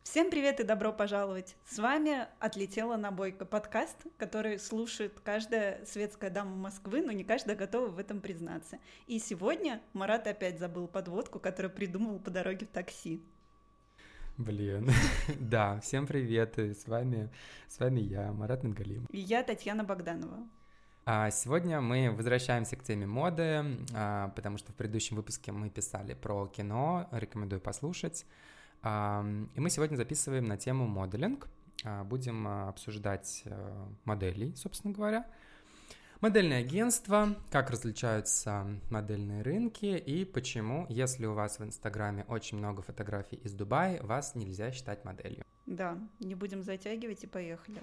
Всем привет и добро пожаловать! С вами «Отлетела набойка» подкаст, который слушает каждая светская дама Москвы, но не каждая готова в этом признаться. И сегодня Марат опять забыл подводку, которую придумал по дороге в такси. Блин, да, всем привет, и с вами я, Марат Нургалиев. И я, Татьяна Богданова. Сегодня мы возвращаемся к теме моды, потому что в предыдущем выпуске мы писали про кино, рекомендую послушать. И мы сегодня записываем на тему моделинг, будем обсуждать моделей, собственно говоря, модельные агентства, как различаются модельные рынки и почему, если у вас в Инстаграме очень много фотографий из Дубая, вас нельзя считать моделью. Да, не будем затягивать и поехали.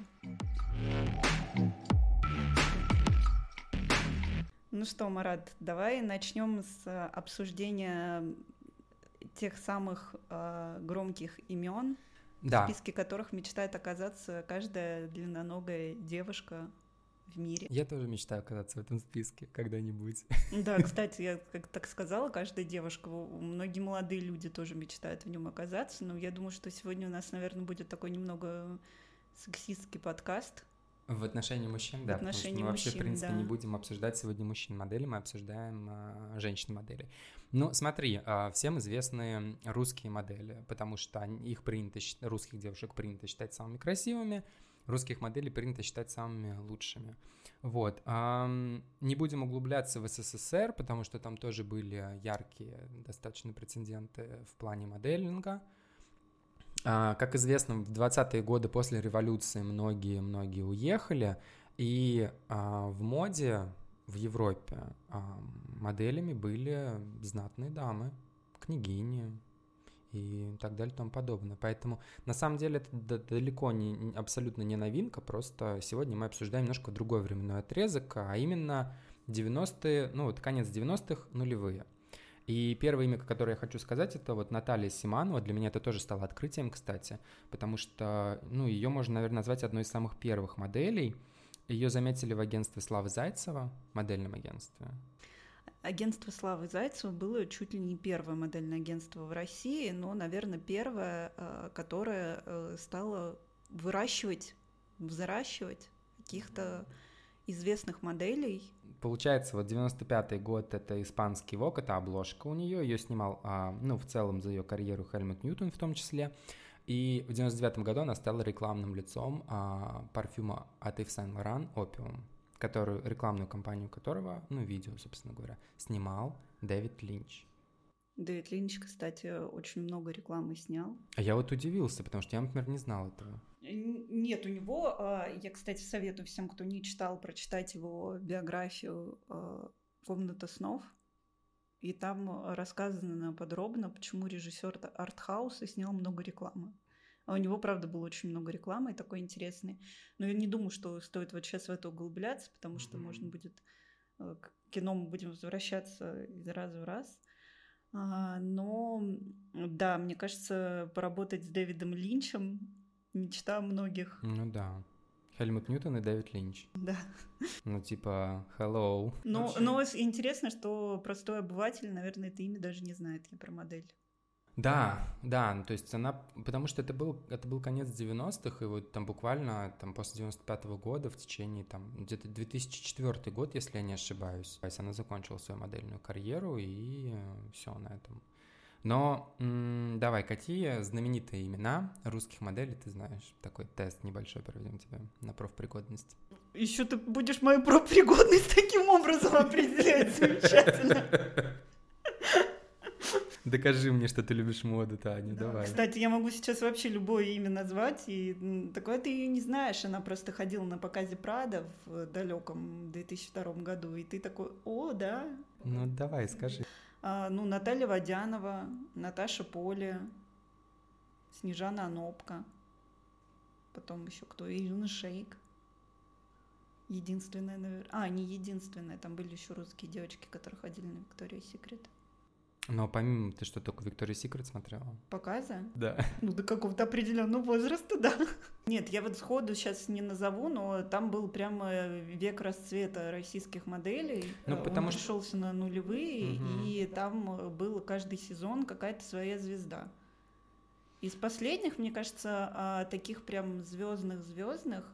Ну что, Марат, давай начнем с обсуждения тех самых громких имен, Да. в списке которых мечтает оказаться каждая длинноногая девушка в мире. Я тоже мечтаю оказаться в этом списке когда-нибудь. Да, кстати, я как так сказала, каждая девушка, многие молодые люди тоже мечтают в нем оказаться, но я думаю, что сегодня у нас, наверное, будет такой немного сексистский подкаст. В отношении мужчин, да, потому что мы вообще, в принципе, не будем обсуждать сегодня мужчин-модели, мы обсуждаем женщин-модели. Ну, смотри, всем известны русские модели, потому что их русских девушек принято считать самыми красивыми, русских моделей принято считать самыми лучшими. Вот. Не будем углубляться в СССР, потому что там тоже были яркие достаточно прецеденты в плане моделинга. Как известно, в 20-е годы после революции многие уехали, и в моде в Европе моделями были знатные дамы, княгини и так далее и тому подобное. Поэтому на самом деле это далеко не абсолютно не новинка, просто сегодня мы обсуждаем немножко другой временной отрезок, а именно 90-е, конец 90-х, нулевые. И первое имя, которое я хочу сказать, это вот Наталья Симанова. Для меня это тоже стало открытием, кстати, потому что, ее можно, наверное, назвать одной из самых первых моделей. Ее заметили в агентстве Славы Зайцева, модельном агентстве. Агентство Славы Зайцева было чуть ли не первое модельное агентство в России, но, наверное, первое, которое стало взращивать каких-то известных моделей. Получается, вот 95-й год — это испанский Vogue, это обложка у нее. Ее снимал, в целом за ее карьеру Хельмут Ньютон в том числе. И в 99-м году она стала рекламным лицом парфюма от Yves Saint Laurent Opium, рекламную кампанию которого, видео, собственно говоря, снимал Дэвид Линч. Дэвид Линч, кстати, очень много рекламы снял. А я вот удивился, потому что я, например, не знал этого. Нет, у него, я, кстати, советую всем, кто не читал, прочитать его биографию «Комната снов». И там рассказано подробно, почему режиссер артхауса снял много рекламы. А у него, правда, было очень много рекламы, такой интересной. Но я не думаю, что стоит вот сейчас в это углубляться, потому что можно будет... К кино мы будем возвращаться из раза в раз. Но, да, мне кажется, поработать с Дэвидом Линчем — мечта многих. Ну да. Хельмут Ньютон и Дэвид Линч. Да. hello. Но интересно, что простой обыватель, наверное, это имя даже не знает. Я про модель. Да, то есть потому что это был конец 90-х, и вот там буквально после 95-го года в течение где-то 2004 год, если я не ошибаюсь, она закончила свою модельную карьеру, и все на этом. Но давай, какие знаменитые имена русских моделей ты знаешь? Такой тест небольшой проведем тебе на профпригодность. Еще ты будешь мою профпригодность таким образом определять, замечательно. Докажи мне, что ты любишь моду, Таня, давай. Кстати, я могу сейчас вообще любое имя назвать, и такое ты ее не знаешь. Она просто ходила на показе Прада в далеком 2002 году, и ты такой: о, да. Ну, давай, скажи. Наталья Водянова, Наташа Поле, Снежана Анопка, потом еще кто? Ирина Шейк. Единственная, наверное. Не единственная, там были еще русские девочки, которые ходили на Victoria's Secret. Но помимо, ты что, только Victoria's Secret смотрела? Показы? Да. До какого-то определенного возраста, да. Нет, я вот сходу сейчас не назову, но там был прямо век расцвета российских моделей. Он пришелся на нулевые, и там был каждый сезон какая-то своя звезда. Из последних, мне кажется, таких прям звездных,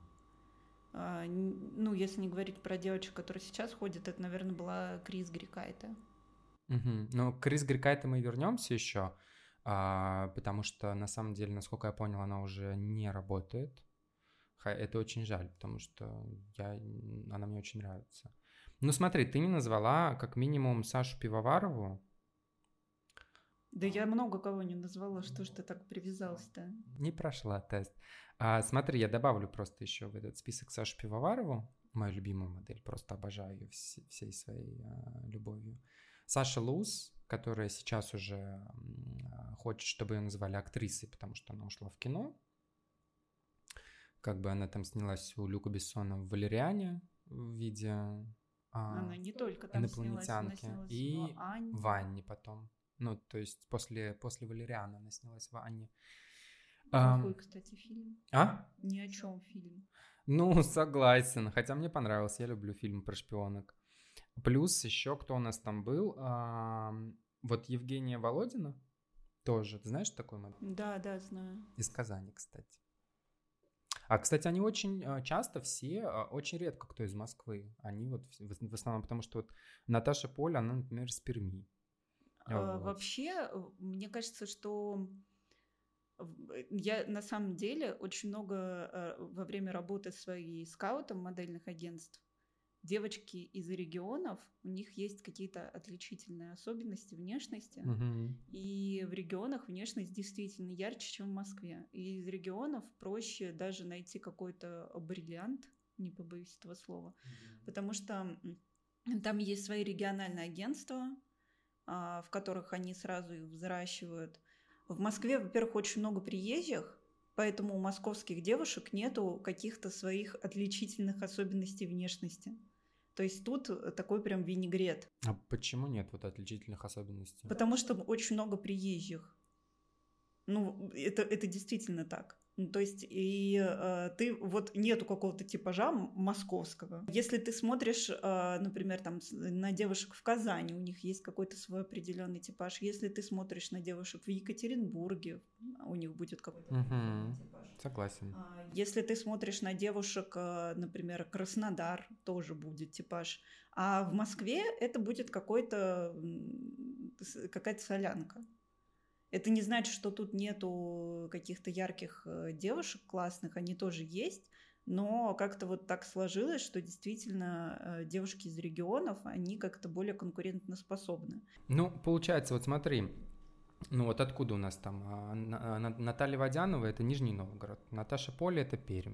ну, если не говорить про девочек, которые сейчас ходят, это, наверное, была Крис Грикайте. Ну, к Крис Грикайте мы вернемся еще, потому что, на самом деле, насколько я понял, она уже не работает. Это очень жаль, потому что она мне очень нравится. Ну, смотри, ты не назвала как минимум Сашу Пивоварову. Да я много кого не назвала, что ж ты так привязался-то? Не прошла тест. Смотри, я добавлю просто еще в этот список Сашу Пивоварову, мою любимую модель, просто обожаю ее всей своей любовью. Саша Луз, которая сейчас уже хочет, чтобы ее называли актрисой, потому что она ушла в кино. Как бы она там снялась у Люка Бессона в «Валериане» в виде она не только там инопланетянки. Снялась И в «Анне» потом. Ну, то есть после «Валериана» она снялась в «Анне». Какой, кстати, фильм? Ни о чем фильм. Ну, согласен. Хотя мне понравился. Я люблю фильмы про шпионок. Плюс еще кто у нас там был? Вот Евгения Володина тоже. Ты знаешь такой модель? Да, знаю. Из Казани, кстати. Кстати, они очень часто все, очень редко кто из Москвы. Они вот в основном, потому что вот Наташа Поль, она, например, из Перми. Вообще, мне кажется, что я на самом деле очень много во время работы своей скаутом модельных агентств, девочки из регионов, у них есть какие-то отличительные особенности внешности, и в регионах внешность действительно ярче, чем в Москве. И из регионов проще даже найти какой-то бриллиант, не побоюсь этого слова, потому что там есть свои региональные агентства, в которых они сразу их взращивают. В Москве, во-первых, очень много приезжих, поэтому у московских девушек нету каких-то своих отличительных особенностей внешности. То есть тут такой прям винегрет. А почему нет вот отличительных особенностей? Потому что очень много приезжих. Ну, это действительно так. Ну, то есть и ты вот нету какого-то типажа московского. Если ты смотришь, например, там на девушек в Казани, у них есть какой-то свой определенный типаж. Если ты смотришь на девушек в Екатеринбурге, у них будет какой-то типаж. Согласен. Если ты смотришь на девушек, например, Краснодар, тоже будет типаж. А в Москве это будет какая-то солянка. Это не значит, что тут нету каких-то ярких девушек классных, они тоже есть, но как-то вот так сложилось, что действительно девушки из регионов, они как-то более конкурентоспособны. Ну, получается, вот смотри, ну вот откуда у нас там? Наталья Водянова – это Нижний Новгород, Наташа Поля – это Пермь,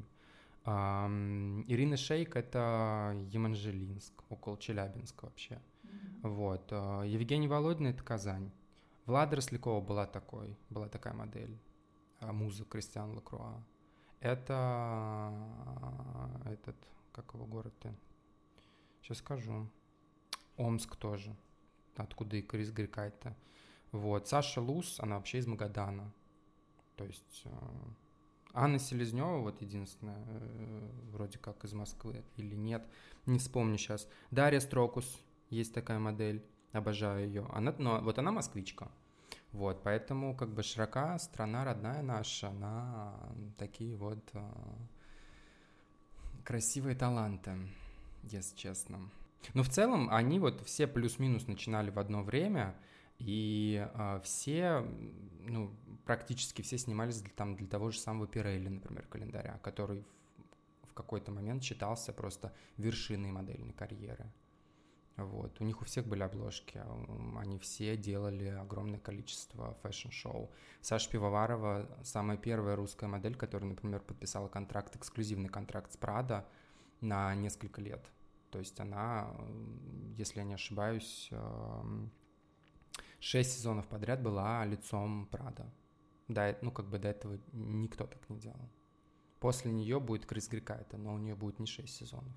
Ирина Шейк – это Еманжелинск, около Челябинска вообще. Вот. Евгения Володина – это Казань. Влада Рослякова была такая модель, муза Кристиан Лакруа. Это как его город-то? Сейчас скажу. Омск тоже, откуда и Крис Грикайте. Вот. Саша Луз, она вообще из Магадана. То есть Анна Селезнева, вот единственная, вроде как из Москвы или нет, не вспомню сейчас. Дарья Строкус, есть такая модель. Обожаю ее. Вот она москвичка. Вот, поэтому как бы широка страна родная наша на такие вот красивые таланты, если честно. Но в целом они вот все плюс-минус начинали в одно время, и все, ну, практически все снимались для того же самого Пирелли, например, календаря, который в какой-то момент считался просто вершиной модельной карьеры. Вот. У них у всех были обложки, они все делали огромное количество фэшн-шоу. Саша Пивоварова – самая первая русская модель, которая, например, подписала эксклюзивный контракт с Prada на несколько лет. То есть она, если я не ошибаюсь, 6 сезонов подряд была лицом Prada. До этого никто так не делал. После нее будет Крис Грикайте, но у нее будет не 6 сезонов.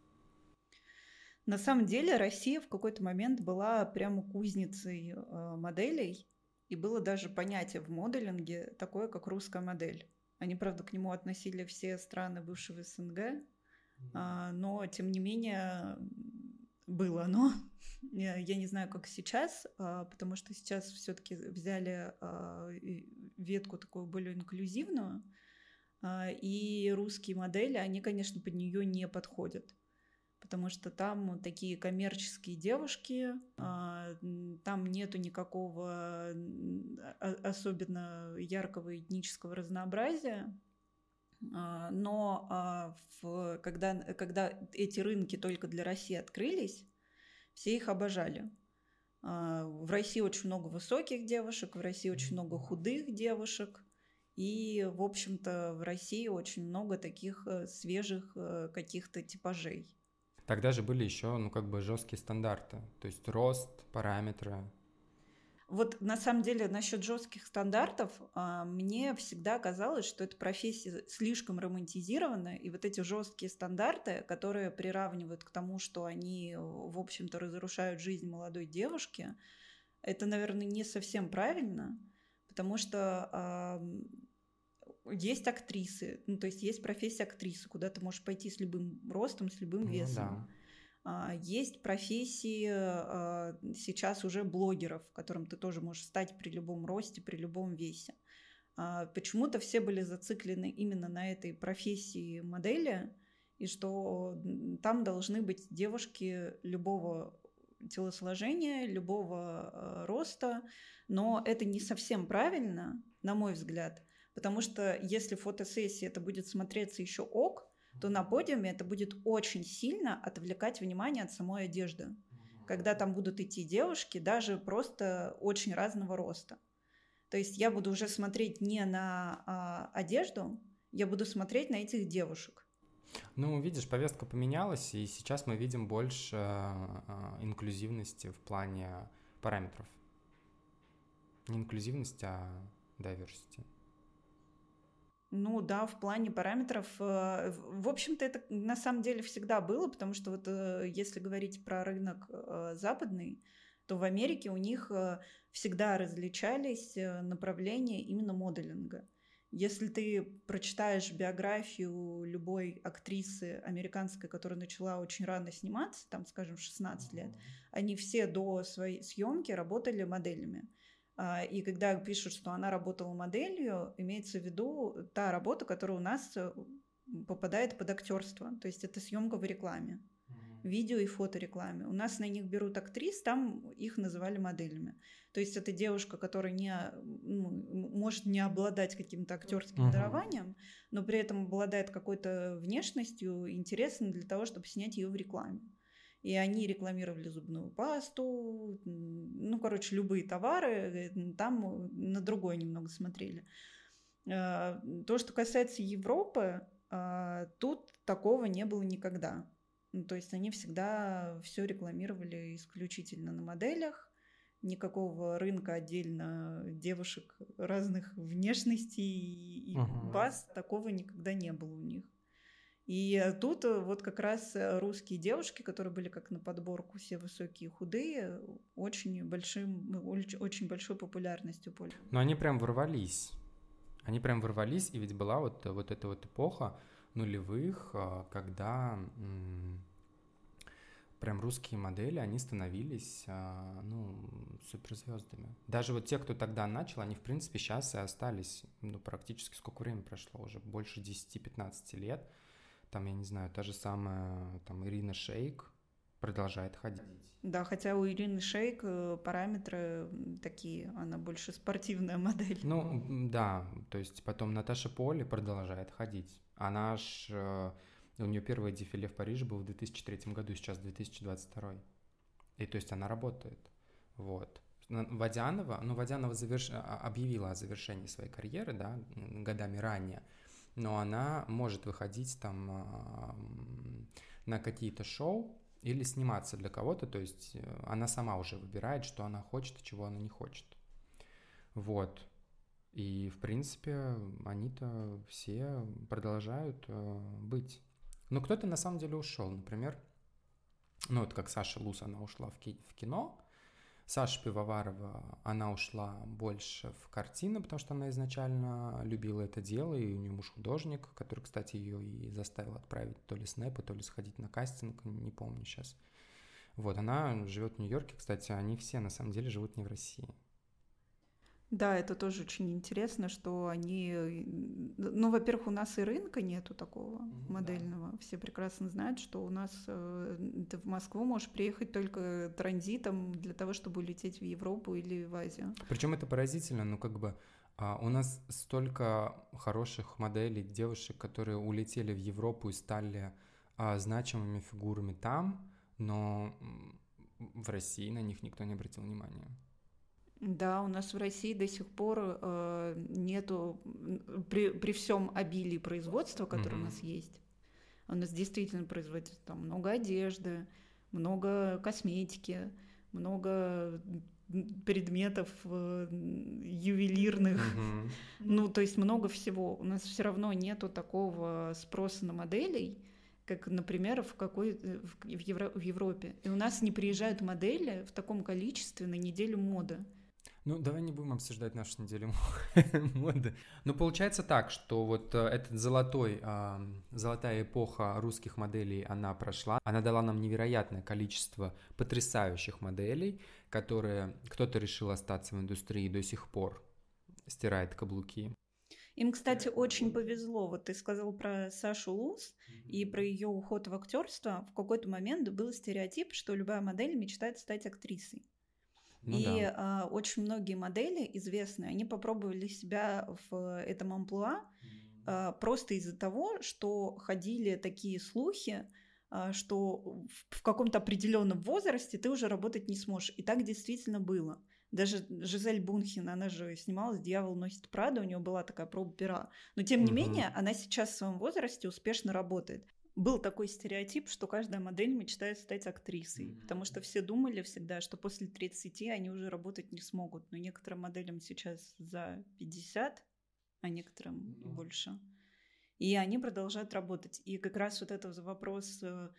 На самом деле Россия в какой-то момент была прямо кузницей моделей, и было даже понятие в моделинге такое, как русская модель. Они, правда, к нему относили все страны бывшего СНГ, но, тем не менее, было оно. Я не знаю, как сейчас, потому что сейчас все-таки взяли ветку такую более инклюзивную, и русские модели, они, конечно, под нее не подходят, потому что там такие коммерческие девушки, там нету никакого особенно яркого этнического разнообразия. Но когда эти рынки только для России открылись, все их обожали. В России очень много высоких девушек, в России очень много худых девушек, и, в общем-то, в России очень много таких свежих каких-то типажей. Тогда же были еще, жесткие стандарты, то есть рост, параметры. Вот на самом деле насчет жестких стандартов мне всегда казалось, что эта профессия слишком романтизирована, и вот эти жесткие стандарты, которые приравнивают к тому, что они, в общем-то, разрушают жизнь молодой девушки, это, наверное, не совсем правильно, потому что есть актрисы, то есть есть профессия актрисы, куда ты можешь пойти с любым ростом, с любым весом. Да. Есть профессии сейчас уже блогеров, которым ты тоже можешь стать при любом росте, при любом весе. Почему-то все были зациклены именно на этой профессии модели, и что там должны быть девушки любого телосложения, любого роста, но это не совсем правильно, на мой взгляд, потому что если фотосессия это будет смотреться еще ок, то на подиуме это будет очень сильно отвлекать внимание от самой одежды, когда там будут идти девушки даже просто очень разного роста. То есть я буду уже смотреть не на одежду, я буду смотреть на этих девушек. Ну, видишь, повестка поменялась, и сейчас мы видим больше инклюзивности в плане параметров. Не инклюзивность, а diversity. Ну да, в плане параметров, в общем-то, это на самом деле всегда было, потому что вот если говорить про рынок западный, то в Америке у них всегда различались направления именно моделинга. Если ты прочитаешь биографию любой актрисы американской, которая начала очень рано сниматься, там, скажем, в 16 лет, они все до своей съемки работали моделями. И когда пишут, что она работала моделью, имеется в виду та работа, которая у нас попадает под актерство. То есть это съемка в рекламе, видео и фоторекламе. У нас на них берут актрис, там их называли моделями. То есть это девушка, которая может не обладать каким-то актерским дарованием, но при этом обладает какой-то внешностью, интересной для того, чтобы снять ее в рекламе. И они рекламировали зубную пасту, любые товары, там на другое немного смотрели. То, что касается Европы, тут такого не было никогда. То есть они всегда все рекламировали исключительно на моделях, никакого рынка отдельно девушек разных внешностей и баз такого никогда не было у них. И тут вот как раз русские девушки, которые были как на подборку, все высокие и худые, очень большой популярностью пользовались. Но они прям ворвались. И ведь была вот эта вот эпоха нулевых, когда прям русские модели, они становились суперзвездами. Даже вот те, кто тогда начал, они в принципе сейчас и остались, практически сколько времени прошло, уже больше 10-15 лет. Там, я не знаю, та же самая там Ирина Шейк продолжает ходить. Да, хотя у Ирины Шейк параметры такие, она больше спортивная модель. Ну, да, то есть потом Наташа Полли продолжает ходить. Она у нее первое дефиле в Париже было в 2003 году, сейчас 2022. И то есть она работает. Вот. Водянова объявила о завершении своей карьеры, да, годами ранее. Но она может выходить там на какие-то шоу или сниматься для кого-то, то есть она сама уже выбирает, что она хочет и чего она не хочет. Вот. И, в принципе, они-то все продолжают быть. Но кто-то на самом деле ушел. Например, вот как Саша Лус, она ушла в кино. Саша Пивоварова, она ушла больше в картины, потому что она изначально любила это дело, и у нее муж художник, который, кстати, ее и заставил отправить то ли снэпы, то ли сходить на кастинг, не помню сейчас. Вот, она живет в Нью-Йорке, кстати, они все на самом деле живут не в России. Да, это тоже очень интересно, что они... Ну, во-первых, у нас и рынка нету такого модельного. Да. Все прекрасно знают, что у нас ты в Москву можешь приехать только транзитом для того, чтобы улететь в Европу или в Азию. Причем это поразительно, ну, как бы у нас столько хороших моделей, девушек, которые улетели в Европу и стали значимыми фигурами там, но в России на них никто не обратил внимания. Да, у нас в России до сих пор нету, при всем обилии производства, которое у нас есть, у нас действительно производится там много одежды, много косметики, много предметов ювелирных, ну, то есть много всего. У нас все равно нету такого спроса на моделей, как, например, в Европе. И у нас не приезжают модели в таком количестве на неделю моды. Ну, давай не будем обсуждать нашу неделю моды. Но получается так, что вот эта золотая эпоха русских моделей, она прошла. Она дала нам невероятное количество потрясающих моделей, которые кто-то решил остаться в индустрии и до сих пор стирает каблуки. Им, кстати, очень повезло. Вот ты сказал про Сашу Луз и про ее уход в актерство. В какой-то момент был стереотип, что любая модель мечтает стать актрисой. Ну, и да. Очень многие модели известные, они попробовали себя в этом амплуа просто из-за того, что ходили такие слухи, что в каком-то определенном возрасте ты уже работать не сможешь. И так действительно было. Даже Жизель Бунхен, она же снималась «Дьявол носит Прада», у нее была такая проба пера. Но тем не менее, она сейчас в своем возрасте успешно работает. Был такой стереотип, что каждая модель мечтает стать актрисой, потому что все думали всегда, что после 30 они уже работать не смогут. Но некоторым моделям сейчас за 50, а некоторым больше. И они продолжают работать. И как раз вот это вопрос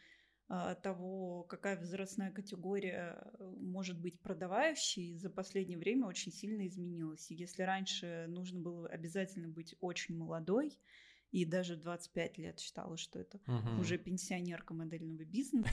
того, какая возрастная категория может быть продавающей, за последнее время очень сильно изменилась. И если раньше нужно было обязательно быть очень молодой, и даже 25 лет считала, что это уже пенсионерка модельного бизнеса.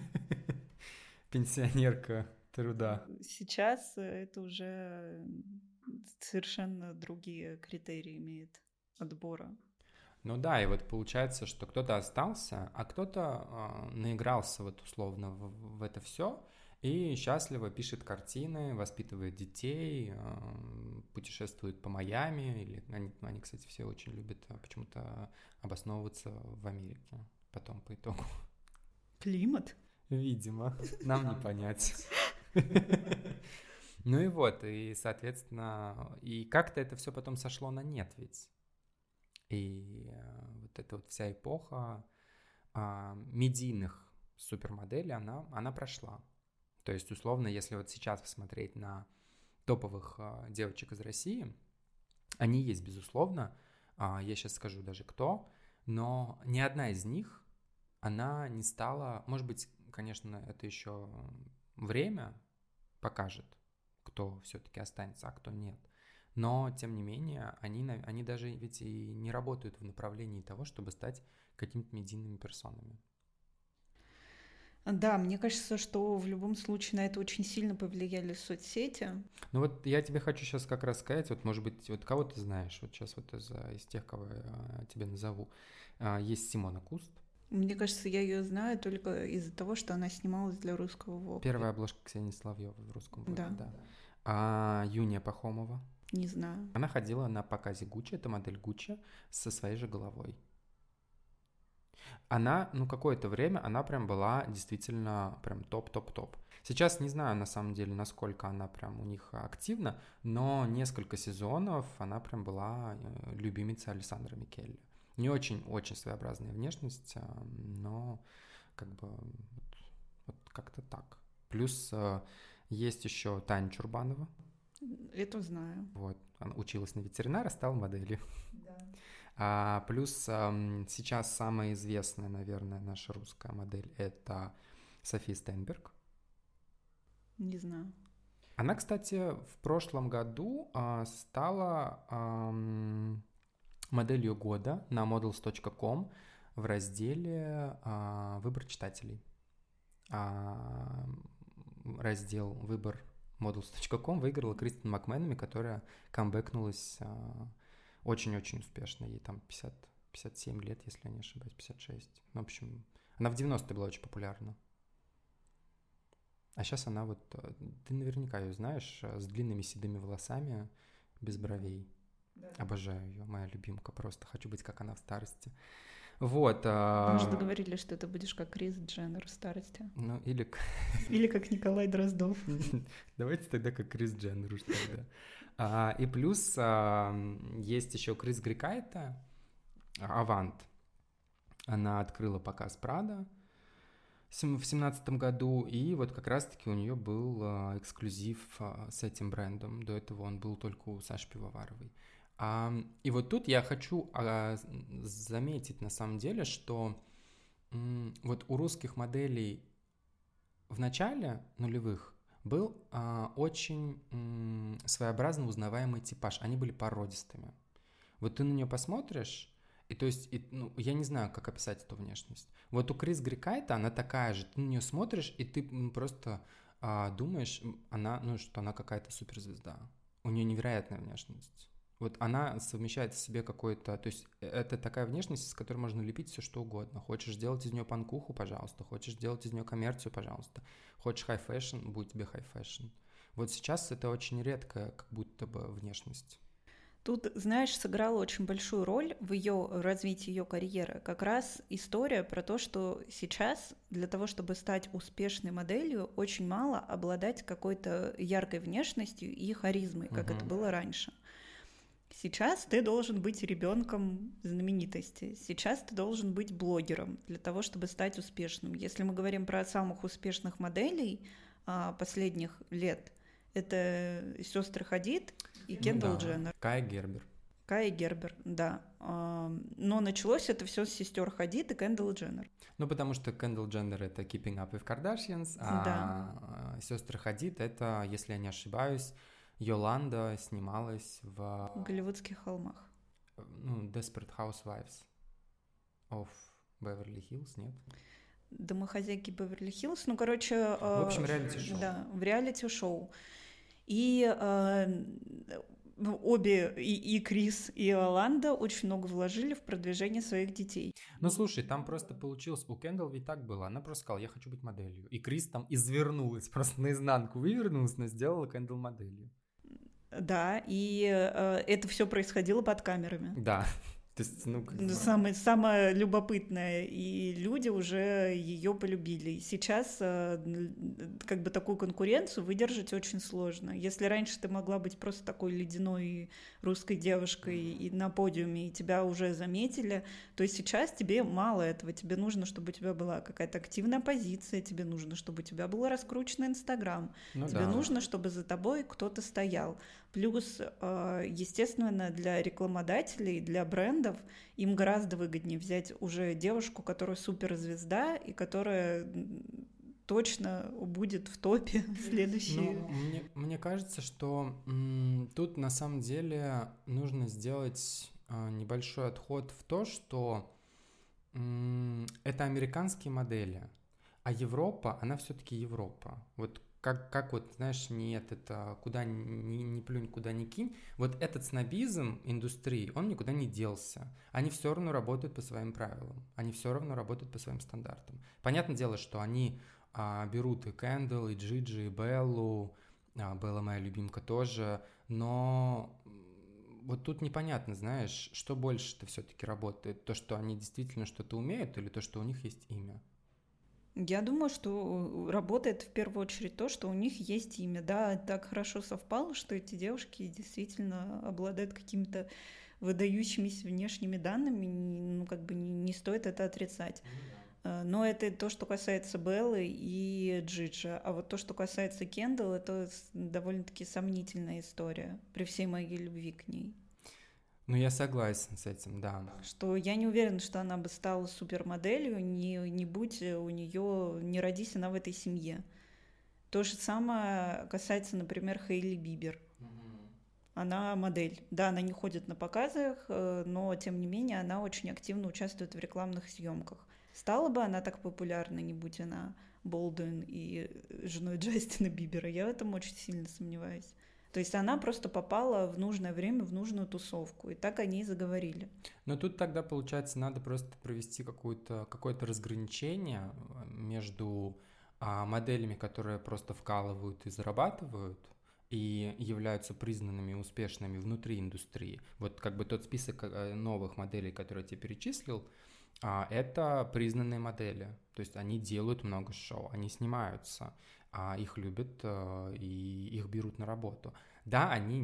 Пенсионерка труда. Сейчас это уже совершенно другие критерии имеет отбора. Ну да, и вот получается, что кто-то остался, а кто-то наигрался вот условно в это все и счастливо пишет картины, воспитывает детей, путешествует по Майами, или они, кстати, все очень любят почему-то обосновываться в Америке потом по итогу. Климат? Видимо, нам не понять. Ну и вот, и, соответственно, и как-то это все потом сошло на нет ведь. И вот эта вот вся эпоха медийных супермоделей, она прошла. То есть, условно, если вот сейчас посмотреть на топовых девочек из России, они есть, безусловно, я сейчас скажу даже кто, но ни одна из них, она не стала, может быть, конечно, это еще время покажет, кто все-таки останется, а кто нет. Но, тем не менее, они даже ведь и не работают в направлении того, чтобы стать какими-то медийными персонами. Да, мне кажется, что в любом случае на это очень сильно повлияли соцсети. Ну вот я тебе хочу сейчас как раз сказать, вот может быть, вот кого ты знаешь, вот сейчас вот из тех, кого я тебе назову, есть Симона Куст. Мне кажется, я ее знаю только из-за того, что она снималась для русского Vogue. Первая обложка Ксении Соловьевой в русском Vogue, да. А Юния Пахомова? Не знаю. Она ходила на показе Гуччи, это модель Гуччи, со своей же головой. Она, какое-то время, она прям была действительно прям топ-топ-топ. Сейчас не знаю, на самом деле, насколько она прям у них активна, но несколько сезонов она прям была любимицей Алессандро Микеле. Не очень-очень своеобразная внешность, но как бы вот как-то так. Плюс есть еще Таня Чурбанова. Это знаю. Вот, она училась на ветеринара, стала моделью. Да. Плюс сейчас самая известная, наверное, наша русская модель — это София Стенберг. Не знаю. Она, кстати, в прошлом году стала моделью года на models.com в разделе «Выбор читателей». раздел «Выбор models.com» выиграла Кристен Макменами, которая камбэкнулась очень-очень успешно. Ей там 57 лет, если я не ошибаюсь, 56. Ну, в общем, она в 90-е была очень популярна. А сейчас она вот... Ты наверняка ее знаешь, с длинными седыми волосами, без бровей. Да. Обожаю ее, моя любимка просто. Хочу быть, как она в старости. Вот. Мы же договорились, что ты будешь как Крис Дженнер в старости. Ну, или... Или как Николай Дроздов. Давайте тогда как Крис Дженнер уж тогда. И плюс есть еще Крис Грикайта, Авант. Она открыла показ Прада в 2017 году, и вот как раз-таки у нее был эксклюзив с этим брендом. До этого он был только у Саши Пивоваровой. И вот тут я хочу заметить на самом деле, что вот у русских моделей в начале нулевых был очень своеобразно узнаваемый типаж. Они были породистыми. Вот ты на нее посмотришь, и то есть, я не знаю, как описать эту внешность. Вот у Крис Грикайта она такая же. Ты на нее смотришь, и ты просто думаешь, что она какая-то суперзвезда. У нее невероятная внешность. Вот она совмещает в себе какой-то... То есть это такая внешность, с которой можно лепить все что угодно. Хочешь сделать из нее панкуху, пожалуйста. Хочешь сделать из нее коммерцию, пожалуйста. Хочешь хай-фэшн, будет тебе хай-фэшн. Вот сейчас это очень редкая как будто бы внешность. Тут, знаешь, сыграла очень большую роль в ее развитии ее карьеры как раз история про то, что сейчас для того, чтобы стать успешной моделью, очень мало обладать какой-то яркой внешностью и харизмой, как это было раньше. Сейчас ты должен быть ребенком знаменитости. Сейчас ты должен быть блогером для того, чтобы стать успешным. Если мы говорим про самых успешных моделей последних лет, это сестры Хадид и Кендалл Дженнер. Кая Гербер, да. Но началось это все с сестер Хадид и Кендалл Дженнер. Ну, потому что Кендалл Дженнер — это Keeping Up with Kardashians, а сестры Хадид — это, если я не ошибаюсь, Йоланда снималась в «Голливудских холмах». Desperate Housewives of Beverly Hills, нет? Домохозяйки Беверли-Хиллз. В общем, реалити-шоу. Да, в реалити-шоу. И обе, и Крис, и Йоланда очень много вложили в продвижение своих детей. Ну, слушай, там просто получилось... У Кендалл ведь так было. Она просто сказала, я хочу быть моделью. И Крис там извернулась, просто наизнанку вывернулась, но сделала Кендалл моделью. Да, и это все происходило под камерами. Да. То есть, самое любопытное, и люди уже ее полюбили. И сейчас как бы такую конкуренцию выдержать очень сложно. Если раньше ты могла быть просто такой ледяной русской девушкой и на подиуме, и тебя уже заметили, то сейчас тебе мало этого. Тебе нужно, чтобы у тебя была какая-то активная позиция, тебе нужно, чтобы у тебя был раскрученный Инстаграм, тебе нужно, чтобы за тобой кто-то стоял. Плюс, естественно, для рекламодателей, для брендов им гораздо выгоднее взять уже девушку, которая суперзвезда и которая точно будет в топе следующие. Мне кажется, что тут на самом деле нужно сделать небольшой отход в то, что это американские модели, а Европа, она все-таки Европа. Вот как вот, знаешь, нет, это куда ни плюнь, куда ни кинь. Вот этот снобизм индустрии, он никуда не делся. Они все равно работают по своим правилам. Они все равно работают по своим стандартам. Понятное дело, что они берут и Кендалл, и Джиджи, и Беллу. Белла моя любимка тоже. Но вот тут непонятно, знаешь, что больше-то все-таки работает. То, что они действительно что-то умеют, или то, что у них есть имя? Я думаю, что работает в первую очередь то, что у них есть имя. Да, так хорошо совпало, что эти девушки действительно обладают какими-то выдающимися внешними данными, не стоит это отрицать. Но это то, что касается Беллы и Джиджи. А вот то, что касается Кендалл, это довольно-таки сомнительная история, при всей моей любви к ней. Ну, я согласен с этим, да. Что я не уверена, что она бы стала супермоделью, не будь у нее, не родись она в этой семье. То же самое касается, например, Хейли Бибер. Она модель. Да, она не ходит на показах, но, тем не менее, она очень активно участвует в рекламных съемках. Стала бы она так популярна, не будь она Болдуин и женой Джастина Бибера. Я в этом очень сильно сомневаюсь. То есть она просто попала в нужное время в нужную тусовку, и так они и заговорили. Но тут тогда, получается, надо просто провести какое-то разграничение между моделями, которые просто вкалывают и зарабатывают, и являются признанными и успешными внутри индустрии. Вот как бы тот список новых моделей, которые я тебе перечислил, это признанные модели. То есть они делают много шоу, они снимаются, их любят и их берут на работу. Да, они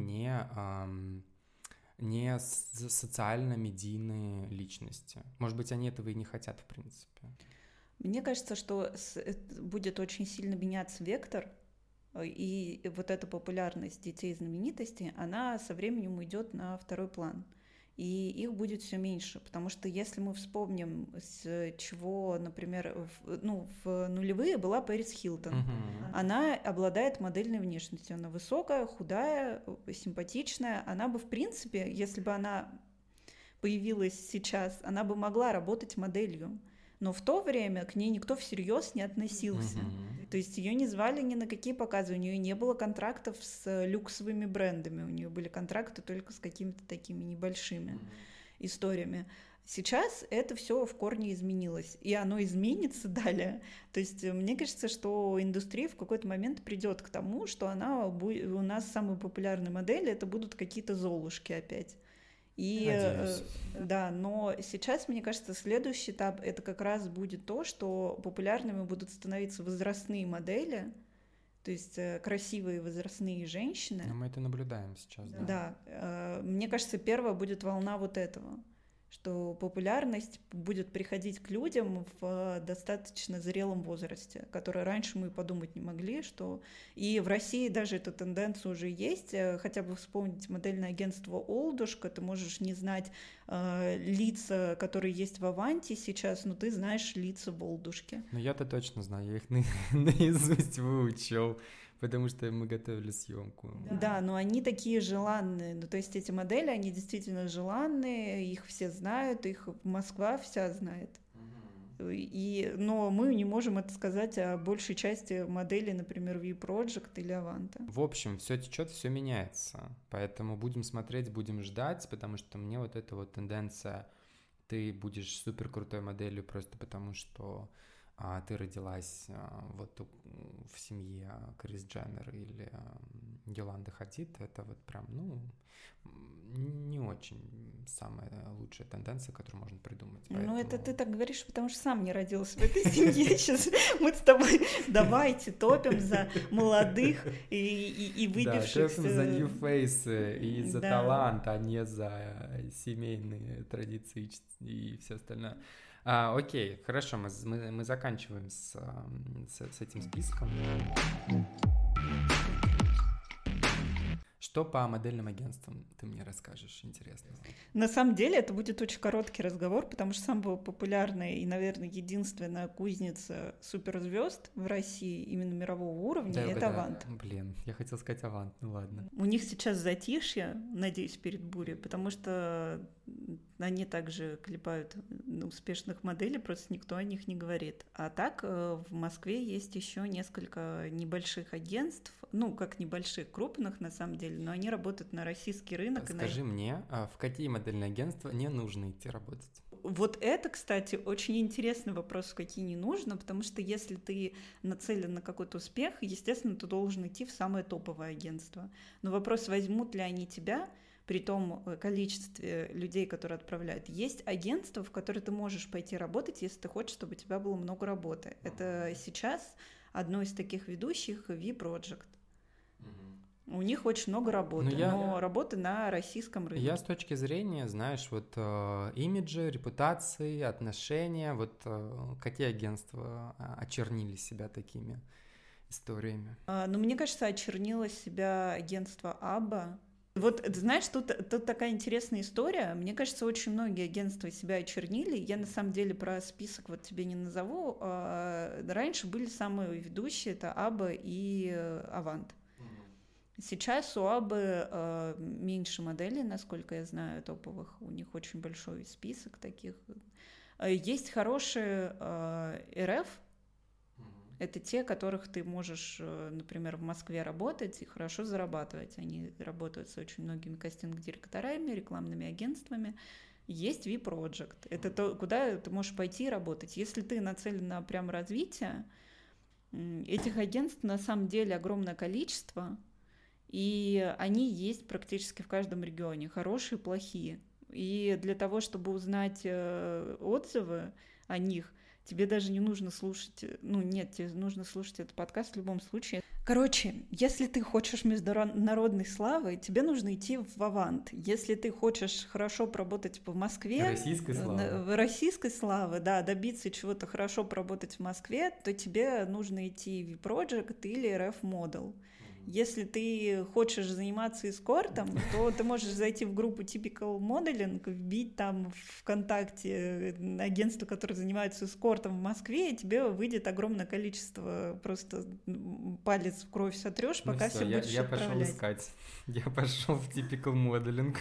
не социально-медийные личности. Может быть, они этого и не хотят, в принципе. Мне кажется, что будет очень сильно меняться вектор, и вот эта популярность детей знаменитостей, она со временем уйдет на второй план. И их будет все меньше, потому что если мы вспомним, с чего, например, в нулевые была Пэрис Хилтон. Она обладает модельной внешностью. Она высокая, худая, симпатичная. Она бы, в принципе, если бы она появилась сейчас, она бы могла работать моделью. Но в то время к ней никто всерьез не относился. То есть ее не звали ни на какие показы, у нее не было контрактов с люксовыми брендами, у нее были контракты только с какими-то такими небольшими историями. Сейчас это все в корне изменилось, и оно изменится далее. То есть мне кажется, что индустрия в какой-то момент придет к тому, что у нас самые популярные модели это будут какие-то золушки опять. Да, но сейчас, мне кажется, следующий этап это как раз будет то, что популярными будут становиться возрастные модели, то есть красивые возрастные женщины. Но мы это наблюдаем сейчас. Да, мне кажется, первая будет волна вот этого, что популярность будет приходить к людям в достаточно зрелом возрасте, который раньше мы подумать не могли, что и в России даже эта тенденция уже есть, хотя бы вспомнить модельное агентство «Олдушка», ты можешь не знать лица, которые есть в «Аванте» сейчас, но ты знаешь лица в «Олдушке». Ну я-то точно знаю, я их наизусть выучил. Потому что мы готовили съемку. Да, но они такие желанные. Ну, то есть эти модели, они действительно желанные, их все знают, их Москва вся знает. Но мы не можем это сказать о большей части моделей, например, V-Project или Аванта. В общем, все течет, все меняется. Поэтому будем смотреть, будем ждать, потому что мне вот эта вот тенденция, ты будешь супер крутой моделью просто потому, что ты родилась вот в семье Крис Дженнер или Йоланды Хадид, это вот прям, не очень самая лучшая тенденция, которую можно придумать. Поэтому... Ну, это ты так говоришь, потому что сам не родился в этой семье. Сейчас мы с тобой давайте топим за молодых и выбившихся. Да, топим за new face и за талант, а не за семейные традиции и все остальное. Окей, хорошо, мы заканчиваем с этим списком. Что по модельным агентствам ты мне расскажешь интересного? На самом деле это будет очень короткий разговор, потому что самая популярная и, наверное, единственная кузница суперзвезд в России именно мирового уровня это Авант. Блин, я хотел сказать Авант, ну ладно. У них сейчас затишье, надеюсь, перед бурей, потому что они также клепают успешных моделей, просто никто о них не говорит. А так в Москве есть еще несколько небольших агентств, как небольших, крупных на самом деле, но они работают на российский рынок. Скажи мне, в какие модельные агентства не нужно идти работать? Вот это, кстати, очень интересный вопрос, в какие не нужно, потому что если ты нацелен на какой-то успех, естественно, ты должен идти в самое топовое агентство. Но вопрос, возьмут ли они тебя, при том количестве людей, которые отправляют. Есть агентства, в которые ты можешь пойти работать, если ты хочешь, чтобы у тебя было много работы. Это сейчас одно из таких ведущих V-Project. У них очень много работы, но работы на российском рынке. Я с точки зрения, знаешь, вот имиджа, репутации, отношения, вот какие агентства очернили себя такими историями? Мне кажется, очернило себя агентство Абба. Вот, знаешь, тут такая интересная история. Мне кажется, очень многие агентства себя очернили. Я, на самом деле, про список вот тебе не назову. Раньше были самые ведущие, это Абба и Авант. Сейчас у Аббы меньше моделей, насколько я знаю, топовых. У них очень большой список таких. Есть хорошие РФ, Это те, которых ты можешь, например, в Москве работать и хорошо зарабатывать. Они работают с очень многими кастинг-директорами, рекламными агентствами. Есть V-Project. Это то, куда ты можешь пойти и работать. Если ты нацелен на прям развитие, этих агентств на самом деле огромное количество, и они есть практически в каждом регионе, хорошие и плохие. И для того, чтобы узнать отзывы о них, тебе даже не нужно слушать, тебе нужно слушать этот подкаст в любом случае. Короче, если ты хочешь международной славы, тебе нужно идти в Авант. Если ты хочешь хорошо поработать в Москве... Российской славы, да, добиться чего-то хорошо поработать в Москве, то тебе нужно идти в V-Project или RF Model. Если ты хочешь заниматься эскортом, то ты можешь зайти в группу Typical Modeling, вбить там ВКонтакте агентство, которое занимается эскортом в Москве, и тебе выйдет огромное количество, просто палец в кровь сотрешь, пока все будешь отправлять. Я пошел в Typical Modeling.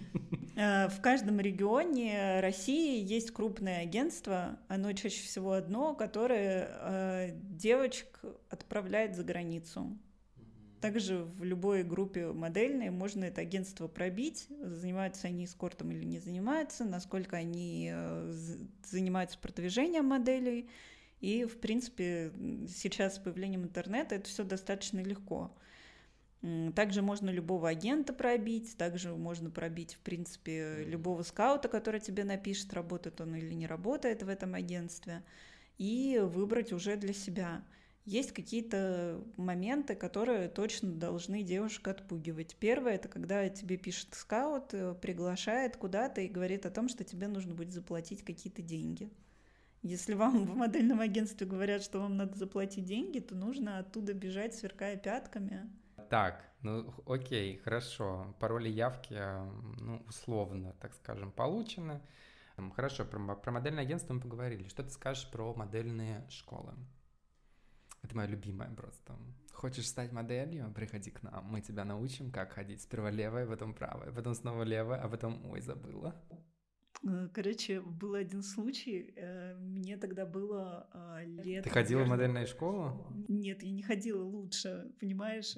В каждом регионе России есть крупное агентство, оно чаще всего одно, которое девочек отправляет за границу. Также в любой группе модельной можно это агентство пробить, занимаются они эскортом или не занимаются, насколько они занимаются продвижением моделей. И, в принципе, сейчас с появлением интернета это все достаточно легко. Также можно любого агента пробить, также можно пробить, в принципе, любого скаута, который тебе напишет, работает он или не работает в этом агентстве, и выбрать уже для себя. Есть какие-то моменты, которые точно должны девушек отпугивать. Первое — это когда тебе пишет скаут, приглашает куда-то и говорит о том, что тебе нужно будет заплатить какие-то деньги. Если вам в модельном агентстве говорят, что вам надо заплатить деньги, то нужно оттуда бежать, сверкая пятками. Так, окей, хорошо. Пароли явки, условно, так скажем, получены. Хорошо, про модельное агентство мы поговорили. Что ты скажешь про модельные школы? Это моя любимая просто. Хочешь стать моделью? Приходи к нам. Мы тебя научим, как ходить. Сперва левая, потом правая, потом снова левая, а потом, забыла. Короче, был один случай. Мне тогда было лет... Ты ходила в модельную школу? Нет, я не ходила лучше, понимаешь?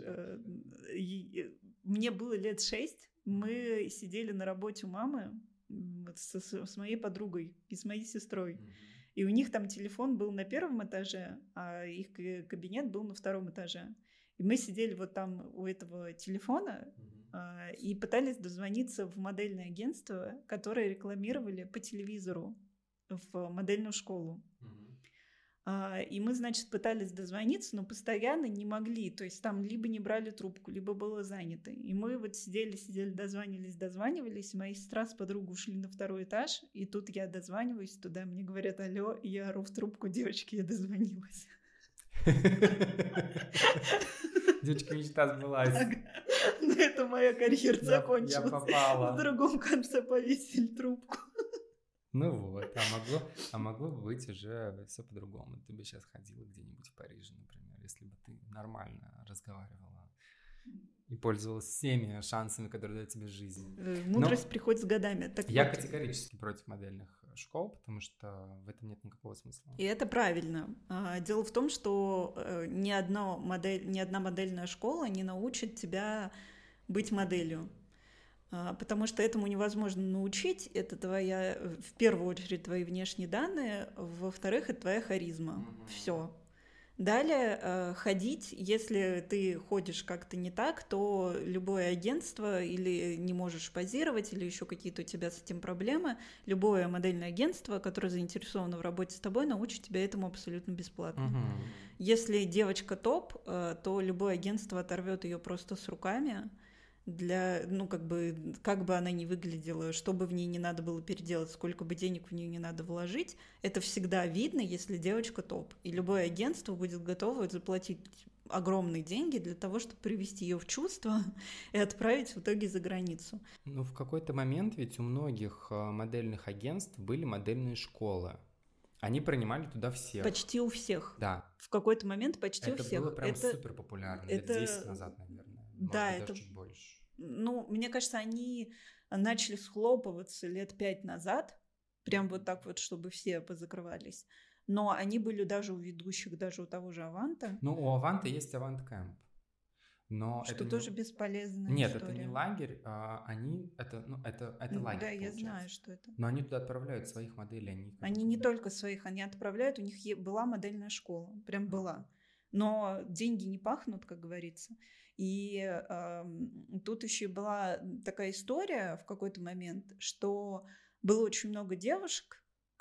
Мне было лет 6. Мы сидели на работе у мамы с моей подругой и с моей сестрой. И у них там телефон был на первом этаже, а их кабинет был на втором этаже. И мы сидели вот там у этого телефона и пытались дозвониться в модельное агентство, которое рекламировали по телевизору в модельную школу. И мы, значит, пытались дозвониться, но постоянно не могли. То есть там либо не брали трубку, либо было занято. И мы вот сидели, дозванивались. Моя сестра с подругой ушли на второй этаж, и тут я дозваниваюсь туда, мне говорят: алло, и я ору в трубку: девочки, я дозвонилась. Девочка, мечта сбылась. На этом моя карьера закончилась. Я попала. В другом конце повесили трубку. А могло бы быть уже все по-другому. Ты бы сейчас ходила где-нибудь в Париже, например, если бы ты нормально разговаривала и пользовалась всеми шансами, которые дает тебе жизнь. Мудрость приходит с годами. Я категорически против модельных школ, потому что в этом нет никакого смысла. И это правильно. Дело в том, что ни одна модельная школа не научит тебя быть моделью. Потому что этому невозможно научить. Это в первую очередь, твои внешние данные, во-вторых, это твоя харизма. Все. Далее ходить, если ты ходишь как-то не так, то любое агентство, или не можешь позировать, или еще какие-то у тебя с этим проблемы, любое модельное агентство, которое заинтересовано в работе с тобой, научит тебя этому абсолютно бесплатно. Если девочка топ, то любое агентство оторвет ее просто с руками. Как бы она ни выглядела, что бы в ней не надо было переделать, сколько бы денег в нее не надо вложить, это всегда видно, если девочка топ. И любое агентство будет готово заплатить огромные деньги для того, чтобы привести ее в чувство и отправить в итоге за границу. В какой-то момент ведь у многих модельных агентств были модельные школы. Они принимали туда всех. Почти у всех. Да. В какой-то момент почти у всех. Это было прям супер популярно, лет 10 назад, наверное. Да, это чуть больше. Мне кажется, они начали схлопываться лет 5 назад, прям вот так вот, чтобы все позакрывались. но они были даже у ведущих, даже у того же Аванта. Ну, у Аванта есть Авант Кэмп. Но что это тоже бесполезная Нет, история. Это не лагерь, это лагерь. Да, я знаю, что это. Но они туда отправляют своих моделей. Они не только своих, они отправляют, у них была модельная школа, прям была. Но деньги не пахнут, как говорится. И тут еще была такая история в какой-то момент, что было очень много девушек,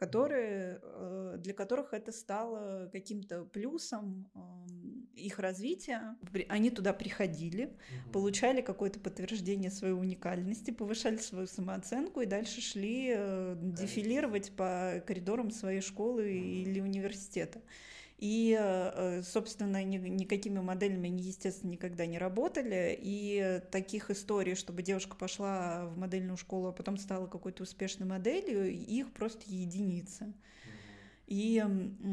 для которых это стало каким-то плюсом их развития. Они туда приходили, получали какое-то подтверждение своей уникальности, повышали свою самооценку и дальше шли дефилировать по коридорам своей школы или университета. И, собственно, никакими моделями они, естественно, никогда не работали. И таких историй, чтобы девушка пошла в модельную школу, а потом стала какой-то успешной моделью, их просто единицы. И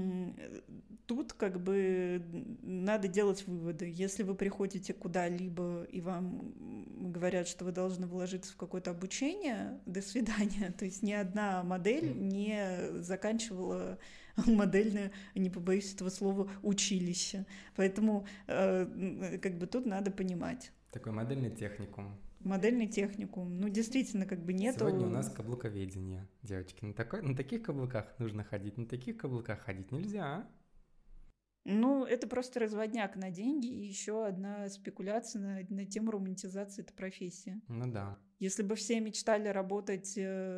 тут как бы надо делать выводы. Если вы приходите куда-либо и вам говорят, что вы должны вложиться в какое-то обучение, до свидания. То есть ни одна модель не заканчивала модельное, не побоюсь этого слова, училище. Поэтому как бы тут надо понимать. Такой модельный техникум. Модельный техникум. Ну, действительно, как бы нету... Сегодня у нас каблуковедение, девочки. На таких каблуках нужно ходить, на таких каблуках ходить нельзя. Ну, это просто разводняк на деньги и еще одна спекуляция на тему романтизации этой профессии. Ну да. Если бы все мечтали работать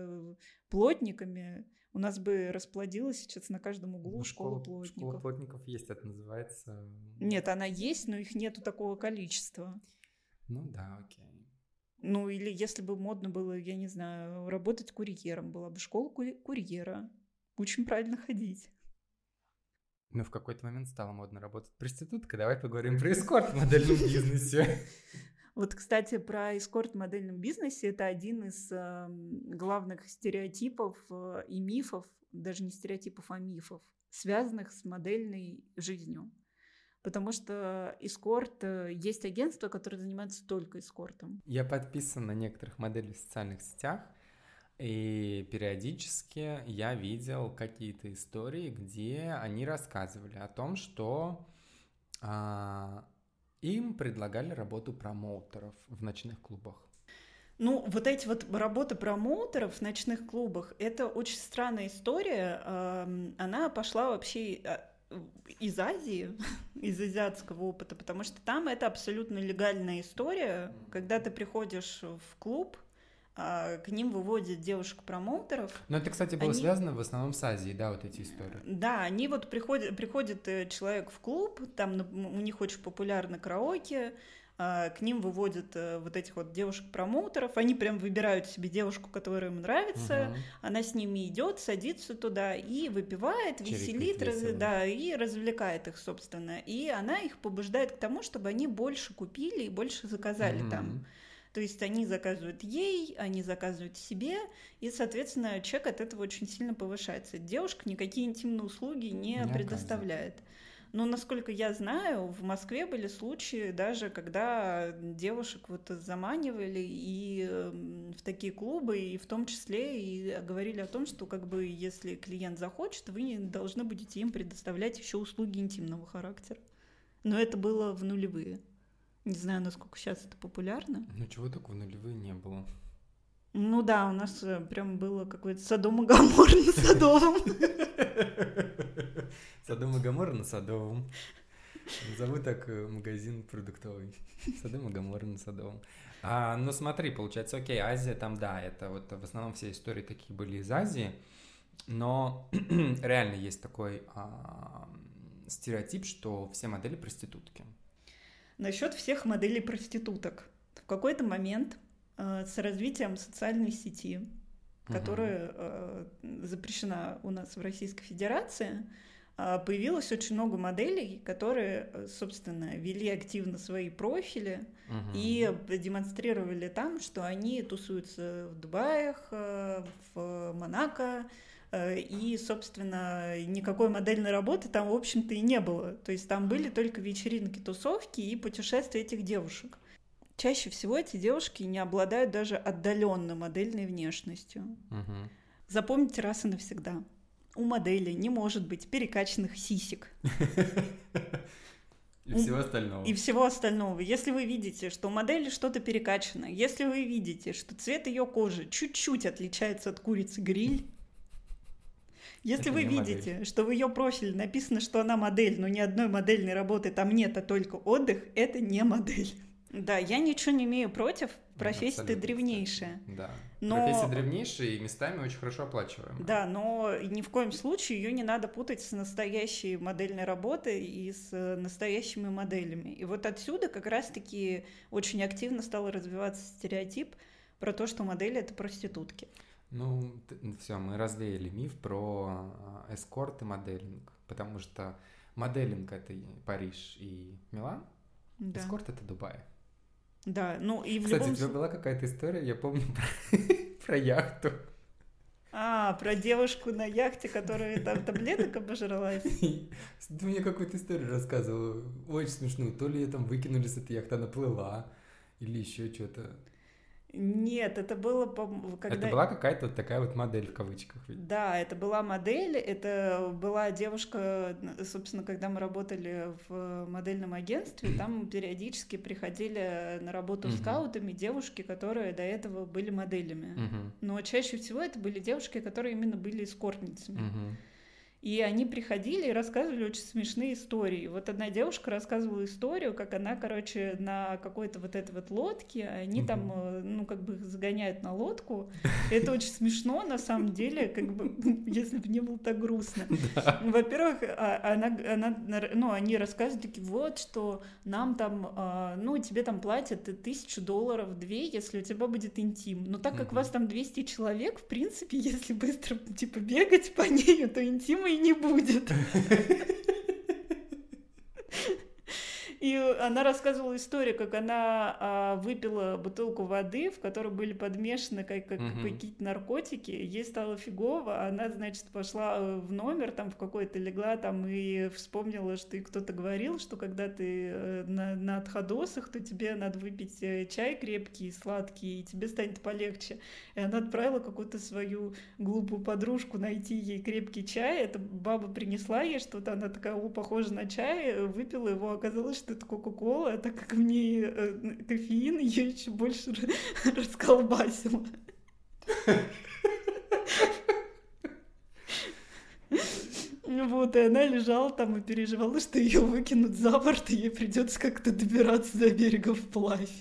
плотниками, у нас бы расплодилась сейчас на каждом углу школа плотников. Школа плотников есть, это называется... Нет, она есть, но их нету такого количества. Ну да, окей. Ну, или если бы модно было, я не знаю, работать курьером, была бы школа курьера. Учим правильно ходить. Ну, в какой-то момент стало модно работать проституткой. Давай поговорим про эскорт в модельном бизнесе. Вот, кстати, про эскорт в модельном бизнесе. Это один из главных стереотипов и мифов, даже не стереотипов, а мифов, связанных с модельной жизнью. Потому что эскорт, есть агентства, которые занимаются только эскортом. Я подписан на некоторых моделей в социальных сетях, и периодически я видел какие-то истории, где они рассказывали о том, что им предлагали работу промоутеров в ночных клубах. Ну, вот эти вот работы промоутеров в ночных клубах, это очень странная история. Она пошла вообще из Азии, из азиатского опыта, потому что там это абсолютно легальная история. Когда ты приходишь в клуб, к ним выводят девушек-промоутеров. Но это, кстати, было связано в основном с Азией, да, вот эти истории. Да, они вот приходит человек в клуб, там у них очень популярно караоке, к ним выводят вот этих вот девушек-промоутеров, они прям выбирают себе девушку, которая им нравится, она с ними идет, садится туда и выпивает, веселит, и развлекает их, собственно. И она их побуждает к тому, чтобы они больше купили и больше заказали там. То есть они заказывают ей, они заказывают себе, и, соответственно, чек от этого очень сильно повышается. Девушка никакие интимные услуги не предоставляет. Но, насколько я знаю, в Москве были случаи даже, когда девушек вот заманивали и в такие клубы, и в том числе и говорили о том, что как бы если клиент захочет, вы должны будете им предоставлять еще услуги интимного характера. Но это было в нулевые. Не знаю, насколько сейчас это популярно. Ну, чего такого в нулевые не было. Ну да, у нас прям было какой-то Содом и Гоморра на Садовом. Содом и Гоморра на Садовом. Назову так магазин продуктовый. Содом и Гоморра на Садовом. Ну смотри, получается, окей, Азия там, да, это вот в основном все истории такие были из Азии, но реально есть такой стереотип, что все модели проститутки. Насчет всех моделей проституток. В какой-то момент с развитием социальной сети, которая запрещена у нас в Российской Федерации, появилось очень много моделей, которые, собственно, вели активно свои профили и демонстрировали там, что они тусуются в Дубаях, в Монако, и, собственно, никакой модельной работы там, в общем-то, и не было. То есть там были только вечеринки, тусовки и путешествия этих девушек. Чаще всего эти девушки не обладают даже отдаленно модельной внешностью. Запомните раз и навсегда. У модели не может быть перекачанных сисек. И всего остального. И всего остального. Если вы видите, что у модели что-то перекачано, если вы видите, что цвет ее кожи чуть-чуть отличается от курицы гриль, если вы видите, что в ее профиле написано, что она модель, но ни одной модельной работы там нет, а только отдых, это не модель. Да, я ничего не имею против, профессия-то древнейшая. Да, профессия древнейшая и местами очень хорошо оплачиваемая. Да, но ни в коем случае ее не надо путать с настоящей модельной работой и с настоящими моделями. И вот отсюда как раз-таки очень активно стал развиваться стереотип про то, что модели — это проститутки. Ну, все, мы развеяли миф про эскорт и моделинг, потому что моделинг — это Париж и Милан, да. Эскорт — это Дубай. Да, ну и в Кстати, любом... у тебя была какая-то история, я помню, про яхту. Про девушку на яхте, которая там таблеток обожралась. Ты мне какую-то историю рассказывал, очень смешную. То ли ее там выкинули с этой яхты, она плыла, или еще что-то. Нет, это было, когда... Это была какая-то вот такая вот модель в кавычках. Да, это была модель, это была девушка, собственно, когда мы работали в модельном агентстве, там периодически приходили на работу скаутами девушки, которые до этого были моделями. Но чаще всего это были девушки, которые именно были эскортницами. И они приходили и рассказывали очень смешные истории. Вот одна девушка рассказывала историю, как она, короче, на какой-то вот этой вот лодке, они там, ну, как бы их загоняют на лодку. Это очень смешно, на самом деле, как бы, если бы не было так грустно. Во-первых, они рассказывают, такие, вот, что нам там, ну, тебе там платят $1000, 2, если у тебя будет интим. Но так как вас там 200 человек, в принципе, если быстро, типа, бегать по ней, то интима и не будет. И она рассказывала историю, как она выпила бутылку воды, в которой были подмешаны какие-то наркотики, ей стало фигово, она, значит, пошла в номер, там в какой-то легла там и вспомнила, что ей кто-то говорил, что когда ты на отходосах, то тебе надо выпить чай крепкий, сладкий, и тебе станет полегче. И она отправила какую-то свою глупую подружку найти ей крепкий чай, эта баба принесла ей что-то, она такая, похоже на чай, выпила его, оказалось, что это Кока-Кола, а так как в ней кофеин, ее еще больше расколбасило. Вот, и она лежала там и переживала, что ее выкинут за борт, и ей придется как-то добираться до берега вплавь.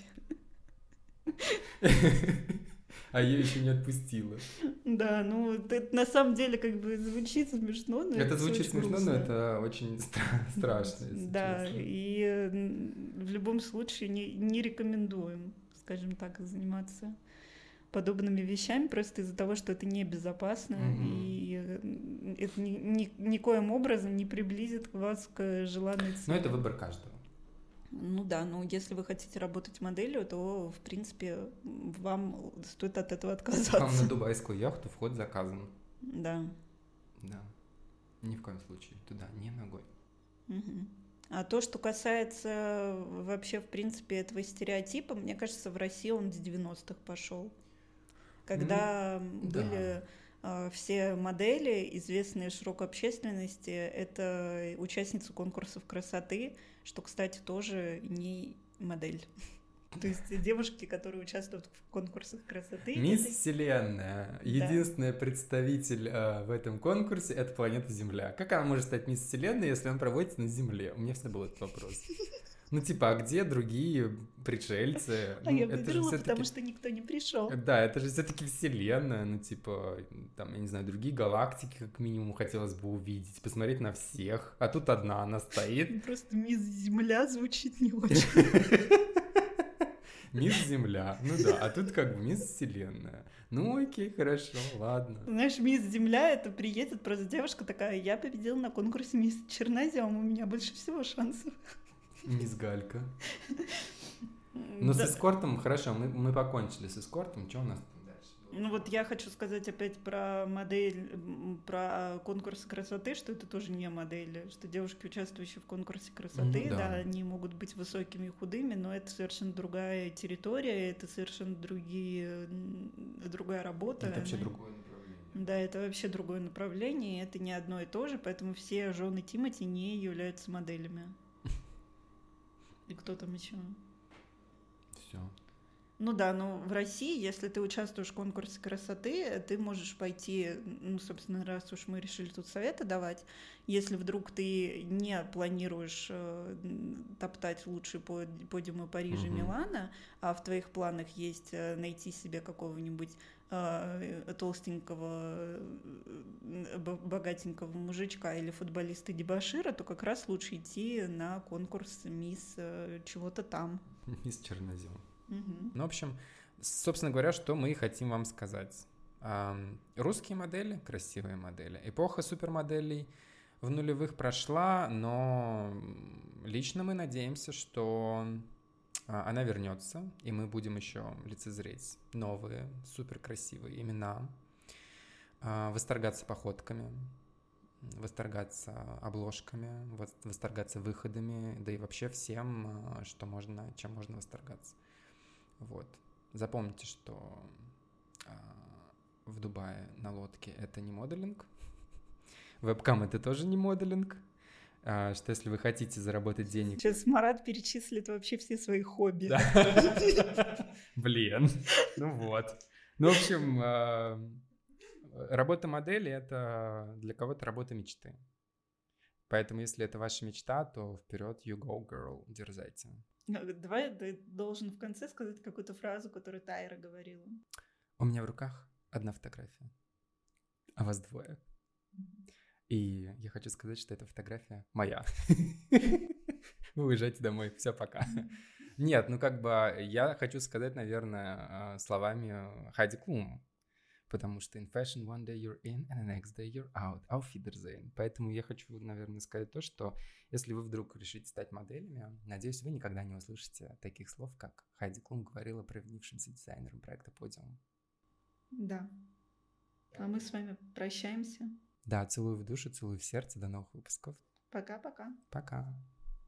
А ее еще не отпустила. Да, ну это на самом деле как бы звучит смешно, но это звучит смешно, грустно. Но это очень страшно. Да, честно. И в любом случае не рекомендуем, скажем так, заниматься подобными вещами просто из-за того, что это небезопасно, и это никоим образом не приблизит вас к желанной цели. Но это выбор каждого. Ну да, но если вы хотите работать моделью, то, в принципе, вам стоит от этого отказаться. Вам на дубайскую яхту вход заказан. Да. Да. Ни в коем случае. Туда не ногой. А то, что касается вообще, в принципе, этого стереотипа, мне кажется, в России он с 90-х пошел. Когда были... Все модели, известные широкой общественности, это участницы конкурсов красоты, что, кстати, тоже не модель. То есть девушки, которые участвуют в конкурсах красоты. Мисс Вселенная. Единственный представитель в этом конкурсе — это планета Земля. Как она может стать Мисс Вселенной, если он проводится на Земле? У меня всегда был этот вопрос. Ну, типа, а где другие пришельцы? Я выбрала, потому что никто не пришел. Да, это же все-таки Вселенная, ну, типа, там, я не знаю, другие галактики, как минимум, хотелось бы увидеть, посмотреть на всех. А тут одна она стоит. Просто Мисс Земля звучит не очень. Мисс Земля, ну да, а тут как бы Мисс Вселенная. Ну окей, хорошо, ладно. Знаешь, Мисс Земля, это приедет просто девушка такая, я победила на конкурсе Мисс Чернозем, у меня больше всего шансов. Мисс Галька. Ну, с эскортом, хорошо, мы покончили с эскортом. Что у нас там дальше? Ну, вот я хочу сказать опять про модель, про конкурсы красоты, что это тоже не модели, что девушки, участвующие в конкурсе красоты, да, они могут быть высокими и худыми, но это совершенно другая территория, это совершенно другая работа. Это вообще другое направление. Да, это вообще другое направление, это не одно и то же, поэтому все жены Тимати не являются моделями. И кто там еще? Все. Ну да, но в России, если ты участвуешь в конкурсе красоты, ты можешь пойти, ну, собственно, раз уж мы решили тут советы давать, если вдруг ты не планируешь топтать лучшие подиумы Парижа и Милана, а в твоих планах есть найти себе какого-нибудь толстенького, богатенького мужичка или футболиста-дебошира, то как раз лучше идти на конкурс мисс чего-то там. Мисс Чернозем. Ну, в общем, собственно говоря, что мы хотим вам сказать. Русские модели, красивые модели. Эпоха супермоделей в нулевых прошла, но лично мы надеемся, что она вернется, и мы будем еще лицезреть новые суперкрасивые имена, восторгаться походками, восторгаться обложками, восторгаться выходами, да и вообще всем, чем можно восторгаться. Вот. Запомните, что в Дубае на лодке это не моделинг, вебкам это тоже не моделинг, что если вы хотите заработать денег... Сейчас Марат перечислит вообще все свои хобби. Блин, ну вот. Ну, в общем, работа модели — это для кого-то работа мечты. Поэтому, если это ваша мечта, то вперед, you go, girl, дерзайте. Давай ты должен в конце сказать какую-то фразу, которую Тайра говорила. У меня в руках одна фотография, а вас двое. И я хочу сказать, что эта фотография моя. Вы уезжайте домой, все, пока. Нет, ну как бы я хочу сказать, наверное, словами Хайди Клум. Потому что in fashion one day you're in, and the next day you're out. Auf Wiedersehen. Поэтому я хочу, наверное, сказать то, что если вы вдруг решите стать моделями, надеюсь, вы никогда не услышите таких слов, как Хайди Клум говорила провинившимся дизайнером проекта «Подиум». Да. А мы с вами прощаемся. Да, целую в душу, целую в сердце. До новых выпусков. Пока-пока. Пока.